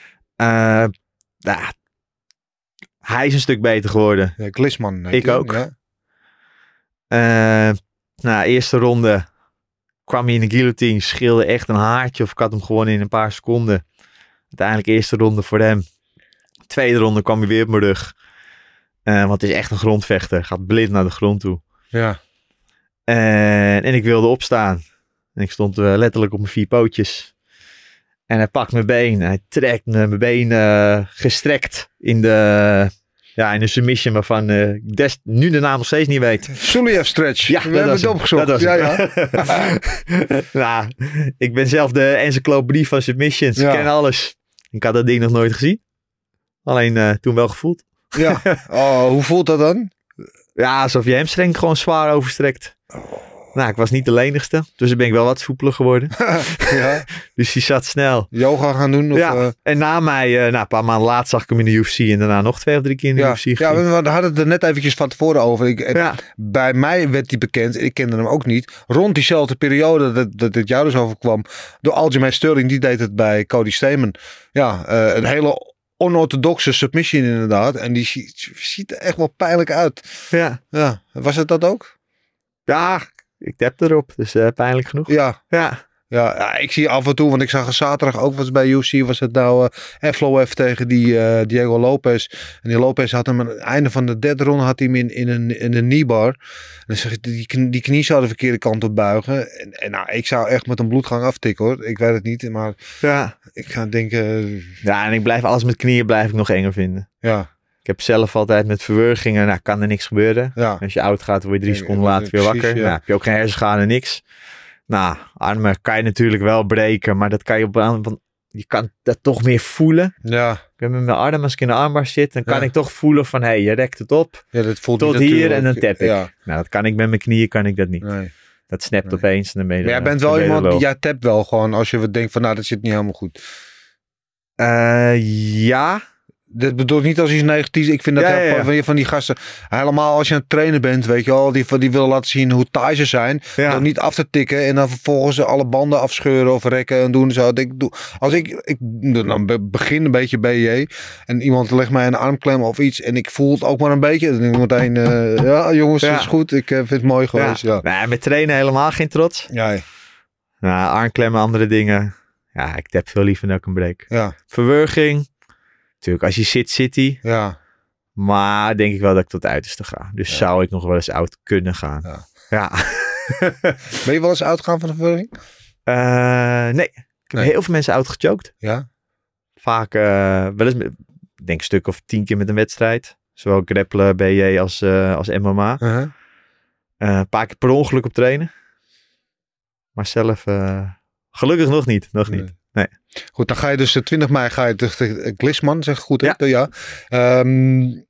Hij is een stuk beter geworden. Ja, Glisman. Ik ook. Ja. Eerste ronde kwam hij in de guillotine. Scheelde echt een haartje of ik had hem gewonnen in een paar seconden. Uiteindelijk eerste ronde voor hem. Tweede ronde kwam hij weer op mijn rug. Want het is echt een grondvechter. Gaat blind naar de grond toe. Ja. En ik wilde opstaan. En ik stond letterlijk op mijn 4 pootjes. En hij pakt mijn been. Hij trekt mijn been gestrekt in de submission waarvan ik nu de naam nog steeds niet weet. Suliev stretch. Ja, we hebben het opgezocht. Ja. Ik ben zelf de encyclopedie van submissions. Ik ken alles. Ik had dat ding nog nooit gezien. Alleen toen wel gevoeld. Ja. Oh, hoe voelt dat dan? Ja, alsof je hamstring gewoon zwaar overstrekt. Ik was niet de lenigste. Dus dan ben ik wel wat soepeler geworden. Ja. Dus die zat snel. Yoga gaan doen? Of, ja. En na mij, een paar maanden later zag ik hem in de UFC. En daarna nog 2 of 3 keer in de UFC. Ja, we hadden het er net eventjes van tevoren over. Bij mij werd hij bekend. Ik kende hem ook niet. Rond diezelfde periode dat het jou dus overkwam. Door Aljamain Sterling. Die deed het bij Cody Stamann. Ja, een hele onorthodoxe submission inderdaad. En die ziet er echt wel pijnlijk uit. Ja. Was het dat ook? Ja, ik tap erop. Dus pijnlijk genoeg. Ja, ik zie af en toe, want ik zag er zaterdag ook was bij UFC, was het nou Evloev tegen die Diego Lopez. En die Lopez had hem aan het einde van de derde ronde had hij hem in een kneebar. En dan zeg je, die knie zou de verkeerde kant op buigen. En ik zou echt met een bloedgang aftikken hoor. Ik weet het niet, maar ik ga denken... Ja, en ik blijf alles met knieën blijf ik nog enger vinden. Ja. Ik heb zelf altijd met verwurgingen, kan er niks gebeuren. Ja. Als je oud gaat, word je 3 seconden later weer wakker. Ja. Heb je ook geen hersenschade, niks. Armen kan je natuurlijk wel breken, maar dat kan je je kan dat toch meer voelen. Ja. Ik ben met mijn arm, als ik in de armbar zit, dan kan ik toch voelen van, je rekt het op. Ja, dat voelt tot hier en dan tap ik. Ja. Dat kan ik met mijn knieën, kan ik dat niet. Nee. Dat snapt opeens. En dan ben je maar jij bent wel iemand die, jij tapt wel gewoon als je denkt van, dat zit niet helemaal goed. Ja. Dat bedoel ik niet als iets negatiefs. Ik vind dat van die gasten, helemaal als je aan het trainen bent, weet je wel, die willen laten zien hoe taai ze zijn. Door niet af te tikken en dan vervolgens alle banden afscheuren of rekken en doen. Zo. Als ik dan begin een beetje BJ en iemand legt mij een armklem of iets en ik voel het ook maar een beetje. Dan denk ik meteen, jongens, dat is goed. Ik vind het mooi geweest. Ja. Nee, met trainen helemaal geen trots. Ja. Armklemmen, andere dingen. Ja, ik tap veel liever dan ik een break. Ja. Verwurging. Natuurlijk, als je zit hij. Ja. Maar denk ik wel dat ik tot het uiterste ga. Dus zou ik nog wel eens oud kunnen gaan. Ja. Ben je wel eens uitgegaan van de verwurging? Nee. Ik heb heel veel mensen uitgechoked. Ja. Vaak wel eens, ik denk een stuk of 10 keer met een wedstrijd. Zowel grappelen, BJ als MMA. Uh-huh. Een paar keer per ongeluk op trainen. Maar zelf gelukkig nog niet. Nee. Goed, dan ga je dus 20 mei ga je tegen Glisman, zeg goed hè? Ja.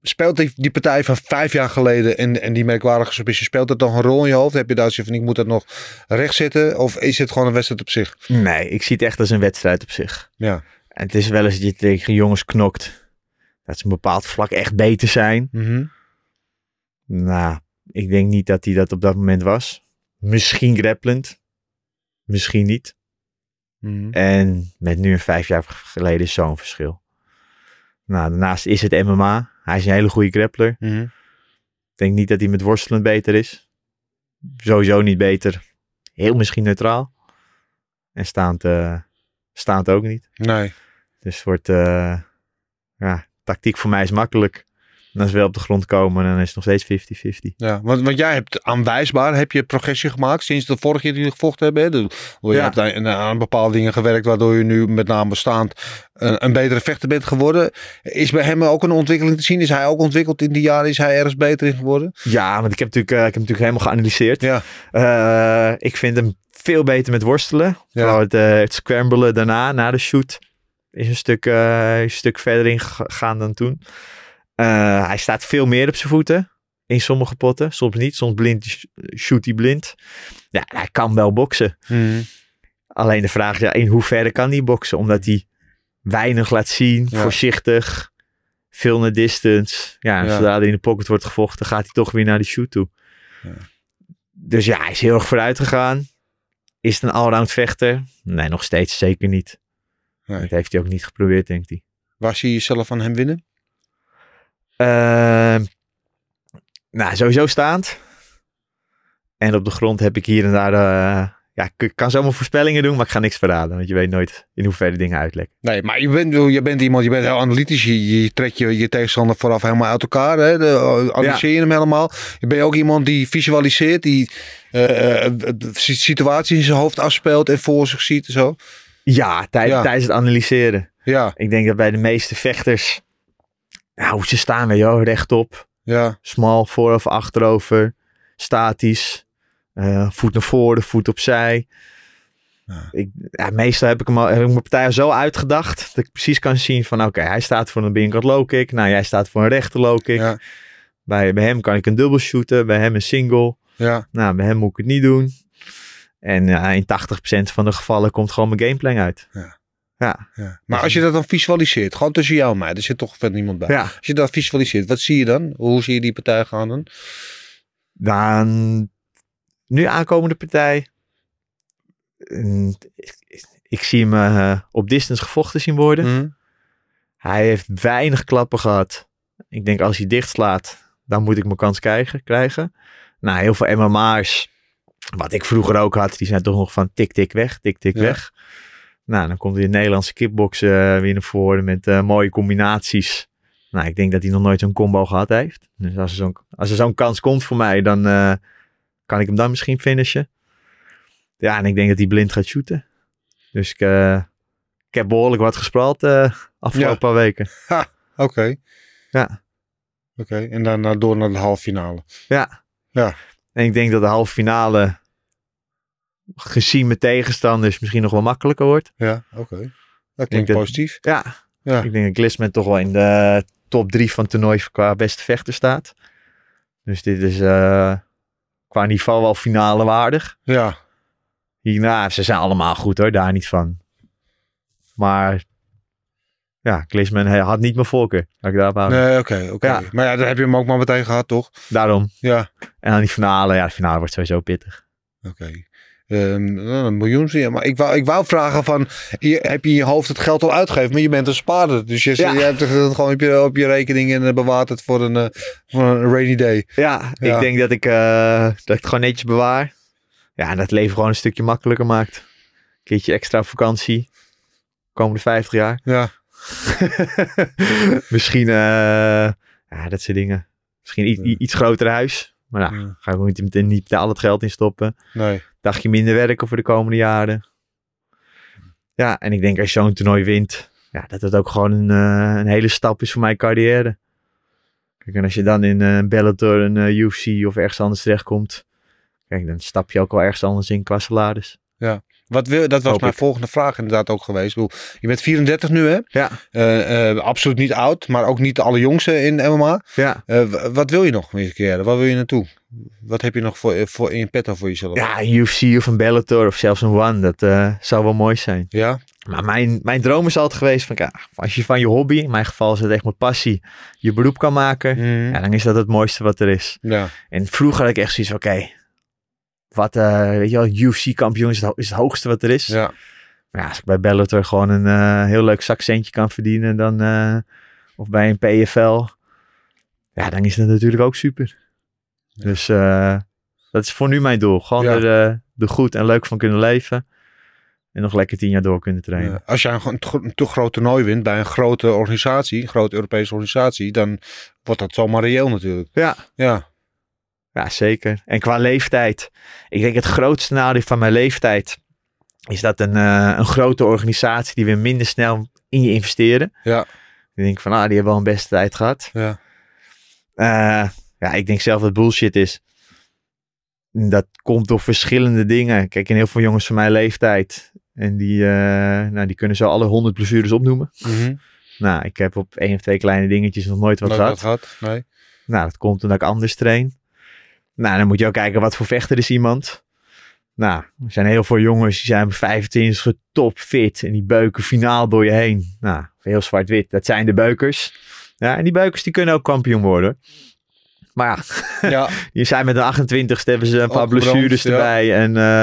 speelt die partij van 5 jaar geleden en die merkwaardige submission, speelt dat nog een rol in je hoofd? Heb je daar zoiets van, ik moet dat nog recht zitten? Of is het gewoon een wedstrijd op zich? Nee, ik zie het echt als een wedstrijd op zich. Ja. En het is wel eens dat je tegen jongens knokt. Dat ze op een bepaald vlak echt beter zijn. Mhm. Nou, ik denk niet dat hij dat op dat moment was. Misschien grapplend. Misschien niet. Mhm. En met nu en 5 jaar geleden is zo'n verschil. Nou, daarnaast is het MMA. Hij is een hele goede grappler. Mhm. Ik denk niet dat hij met worstelen beter is. Sowieso niet beter. Heel misschien neutraal. En staand ook niet. Nee. Dus het wordt... tactiek voor mij is makkelijk. En als we wel op de grond komen, dan is het nog steeds 50-50. Ja, want jij hebt aanwijsbaar heb je progressie gemaakt sinds de vorige keer dat jullie gevochten hebben. Hè? Je hebt aan bepaalde dingen gewerkt waardoor je nu met name staand een betere vechter bent geworden. Is bij hem ook een ontwikkeling te zien? Is hij ook ontwikkeld in die jaren? Is hij ergens beter in geworden? Ja, want ik heb natuurlijk helemaal geanalyseerd. Ja. Ik vind hem veel beter met worstelen. Ja. Vooral het scramblen daarna, na de shoot, is een stuk verder ingegaan dan toen. Hij staat veel meer op zijn voeten in sommige potten. Soms niet, soms shoot hij blind. Ja, hij kan wel boksen. Mhm. Alleen de vraag is, in hoeverre kan hij boksen? Omdat hij weinig laat zien, voorzichtig, veel naar distance. Ja, en zodra er in de pocket wordt gevochten, gaat hij toch weer naar die shoot toe. Ja. Dus ja, hij is heel erg vooruit gegaan. Is het een allround vechter? Nee, nog steeds zeker niet. Nee. Dat heeft hij ook niet geprobeerd, denkt hij. Waar zie je jezelf van hem winnen? Sowieso staand. En op de grond heb ik hier en daar... ik kan zomaar voorspellingen doen, maar ik ga niks verraden. Want je weet nooit in hoeverre dingen uitlekken. Nee, maar je bent iemand, je bent heel analytisch. Je trekt je tegenstander vooraf helemaal uit elkaar. Hè? Analyseer je hem helemaal. Je bent ook iemand die visualiseert. Die situaties in zijn hoofd afspeelt en voor zich ziet en zo. Ja, tijdens het analyseren. Ja. Ik denk dat bij de meeste vechters... hoe ze staan we, joh. Rechtop. Ja. Smal, voor of achterover. Statisch. Voet naar voren, voet opzij. Ja. Meestal heb ik mijn partij zo uitgedacht dat ik precies kan zien van oké, hij staat voor een binnenkant low kick. Nou, jij staat voor een rechter low kick. Ja. Bij hem kan ik een dubbel shooten. Bij hem een single. Ja. Nou, bij hem moet ik het niet doen. En in 80% van de gevallen komt gewoon mijn gameplan uit. Ja. Ja. Ja. Maar als je dat dan visualiseert, gewoon tussen jou en mij, er zit toch verder niemand bij. Ja. Als je dat visualiseert, wat zie je dan? Hoe zie je die partij gaan dan? Dan nu aankomende partij. Ik zie hem op distance gevochten zien worden. Mm. Hij heeft weinig klappen gehad. Ik denk als hij dicht slaat, dan moet ik mijn kans krijgen. Nou, heel veel MMA'ers, wat ik vroeger ook had, die zijn toch nog van tik weg, tik weg. Nou, dan komt hij in het Nederlandse kickboksen weer naar voren met mooie combinaties. Nou, ik denk dat hij nog nooit zo'n combo gehad heeft. Dus als er zo'n kans komt voor mij, dan kan ik hem dan misschien finishen. Ja, en ik denk dat hij blind gaat shooten. Dus ik heb behoorlijk wat gespraald afgelopen paar weken. Oké. Ja. Oké, en dan door naar de halve finale. Ja. Ja. En ik denk dat de halve finale, gezien mijn tegenstanders, misschien nog wel makkelijker wordt. Ja, oké. Dat klinkt positief. Ja. Ja. Ik denk dat Glisman toch wel in de top 3 van het toernooi qua beste vechter staat. Dus dit is qua niveau wel finale waardig. Ja. Hierna, ze zijn allemaal goed hoor, daar niet van. Maar ja, Glisman had niet mijn voorkeur. Laat ik daarop houden. Nee, oké. Ja. Maar ja, daar heb je hem ook maar meteen gehad, toch? Daarom. Ja. En dan die finale, de finale wordt sowieso pittig. Oké. Een miljoen zie je. Maar ik wou vragen van, heb je in je hoofd het geld al uitgegeven? Maar je bent een spaarder. Dus je hebt het gewoon op je rekening en bewaart het voor een rainy day. Ja, ik denk dat ik het gewoon netjes bewaar. Ja, en dat het leven gewoon een stukje makkelijker maakt. Een keertje extra vakantie. Komende 50 jaar. Ja. Misschien, dat soort dingen. Misschien iets groter huis. Maar nou, ga ik niet al het geld in stoppen. Nee. Dagje minder werken voor de komende jaren. Ja, en ik denk als je zo'n toernooi wint, ja, dat het ook gewoon een hele stap is voor mijn carrière. Kijk, en als je dan in een Bellator, een UFC of ergens anders terechtkomt, kijk, dan stap je ook wel ergens anders in qua salaris. Ja. Dat was Hoop mijn ik. volgende vraag inderdaad ook geweest. Ik bedoel, je bent 34 nu, hè? Ja, Absoluut niet oud, maar ook niet de allerjongste in MMA. ja. Wat wil je nog met je carrière? Waar wil je naartoe? Wat heb je nog voor in je petto voor jezelf? Ja, een UFC of een Bellator of zelfs een One, dat zou wel mooi zijn. Ja? Maar mijn droom is altijd geweest van, als je van je hobby, in mijn geval is het echt mijn passie, je beroep kan maken, Mhm. ja, dan is dat het mooiste wat er is. Ja. En vroeger had ik echt zoiets van, oké, wat, weet je wel, UFC-kampioen is het hoogste wat er is. Ja. Maar ja, als ik bij Bellator gewoon een heel leuk zakcentje kan verdienen, dan, of bij een PFL, ja, dan is dat natuurlijk ook super. Ja. Dus dat is voor nu mijn doel. Gewoon Ja. er goed en leuk van kunnen leven. En nog lekker 10 jaar door kunnen trainen. Als jij een te groot toernooi wint bij een grote organisatie, een grote Europese organisatie, dan wordt dat zomaar reëel natuurlijk. Ja. Ja. Ja, zeker. En qua leeftijd. Ik denk het grootste nadeel van mijn leeftijd is dat een grote organisatie die weer minder snel in je investeren. Ja. Ik denk van, die hebben wel een beste tijd gehad. Ja. Ja, ik denk zelf dat het bullshit is. Dat komt door verschillende dingen. Kijk, en heel veel jongens van mijn leeftijd. En die kunnen zo alle 100 blessures opnoemen. Mhm. Nou, ik heb op 1 of 2 kleine dingetjes nog nooit wat Nooit gehad. gehad? Nee. Nou, dat komt omdat ik anders train. Nou, dan moet je ook kijken wat voor vechter is iemand. Nou, er zijn heel veel jongens die zijn bij 25 topfit en die beuken finaal door je heen. Nou, heel zwart-wit, dat zijn de beukers. Ja, en die beukers die kunnen ook kampioen worden. Maar ja, Ja. die zijn met de 28ste hebben ze een paar Opgebrand, blessures ja. erbij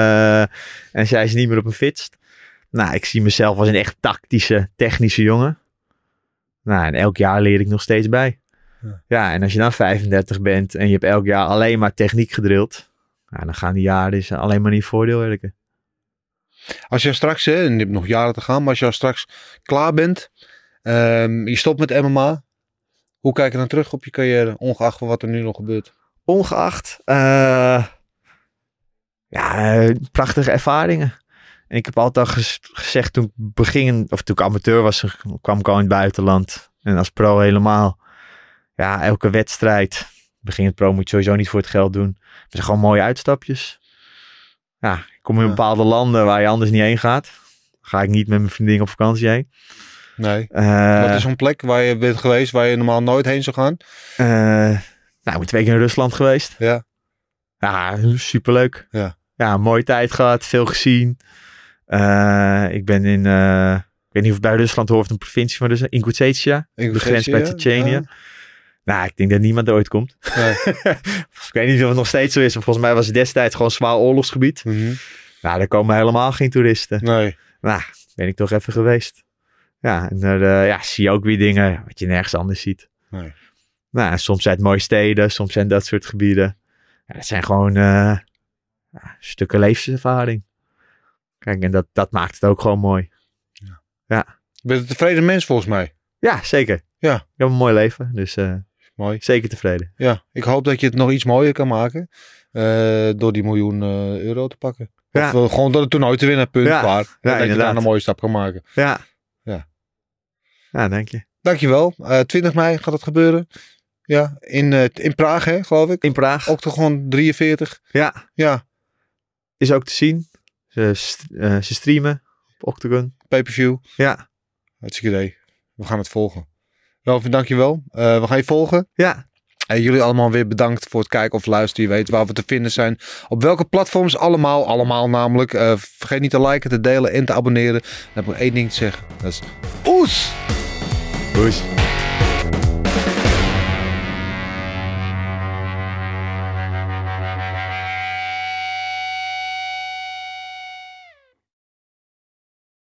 en zijn ze niet meer op een fitst. Nou, ik zie mezelf als een echt tactische, technische jongen. Nou, en elk jaar leer ik nog steeds bij. Ja, en als je dan 35 bent en je hebt elk jaar alleen maar techniek gedrild, nou, dan gaan die jaren dus alleen maar niet voordeel werken. Als je straks, en je hebt nog jaren te gaan, maar als je straks klaar bent, je stopt met MMA, hoe kijk je dan terug op je carrière, ongeacht van wat er nu nog gebeurt? Ongeacht, prachtige ervaringen. En ik heb altijd al gezegd toen ik amateur was, kwam ik al in het buitenland. En als pro helemaal. Ja, elke wedstrijd. Beginnend pro moet je sowieso niet voor het geld doen. Het zijn gewoon mooie uitstapjes. Ja, ik kom in bepaalde landen waar je anders niet heen gaat. Ga ik niet met mijn vriendin op vakantie heen. Nee. Wat is zo'n plek waar je bent geweest, waar je normaal nooit heen zou gaan? Ik ben 2 keer in Rusland geweest. Ja. Ja, superleuk. Ja. Ja, mooie tijd gehad, veel gezien. Ik ben in, ik weet niet of het bij Rusland hoort, een provincie van Rusland, Ingushetia, de grens bij Tsjetsjenië. Ja. Nou, ik denk dat niemand er ooit komt. Nee. Ik weet niet of het nog steeds zo is, maar volgens mij was het destijds gewoon zwaar oorlogsgebied. Mhm. Nou, daar komen helemaal geen toeristen. Nee. Nou, ben ik toch even geweest. Ja, en daar zie je ook weer dingen wat je nergens anders ziet. Nee. Nou, soms zijn het mooie steden, soms zijn dat soort gebieden. Ja, het zijn gewoon stukken levenservaring. Kijk, en dat maakt het ook gewoon mooi. Je bent een tevreden mens volgens mij. Ja, zeker. Ja. Ik heb een mooi leven, dus Mooi. zeker tevreden. Ja, ik hoop dat je het nog iets mooier kan maken. Door die miljoen euro te pakken. Ja. Of gewoon door het toernooi te winnen, punt, Ja. klaar. Ja, Dat je daar inderdaad. een mooie stap kan maken. Ja. Ja. Ja, dank je. Dankjewel. 20 mei gaat het gebeuren. Ja, in Praag, hè, geloof ik. In Praag. Octagon 43. Ja, Ja, is ook te zien. Ze streamen op Octagon. pay-per-view. Ja. Hartstikke idee. We gaan het volgen. Ralf, dankjewel. We gaan je volgen. Ja. Jullie allemaal weer bedankt voor het kijken of luisteren. Je weet waar we te vinden zijn. Op welke platforms allemaal. Allemaal namelijk. Vergeet niet te liken, te delen en te abonneren. Dan heb ik nog 1 ding te zeggen. Dat is oes! Doei.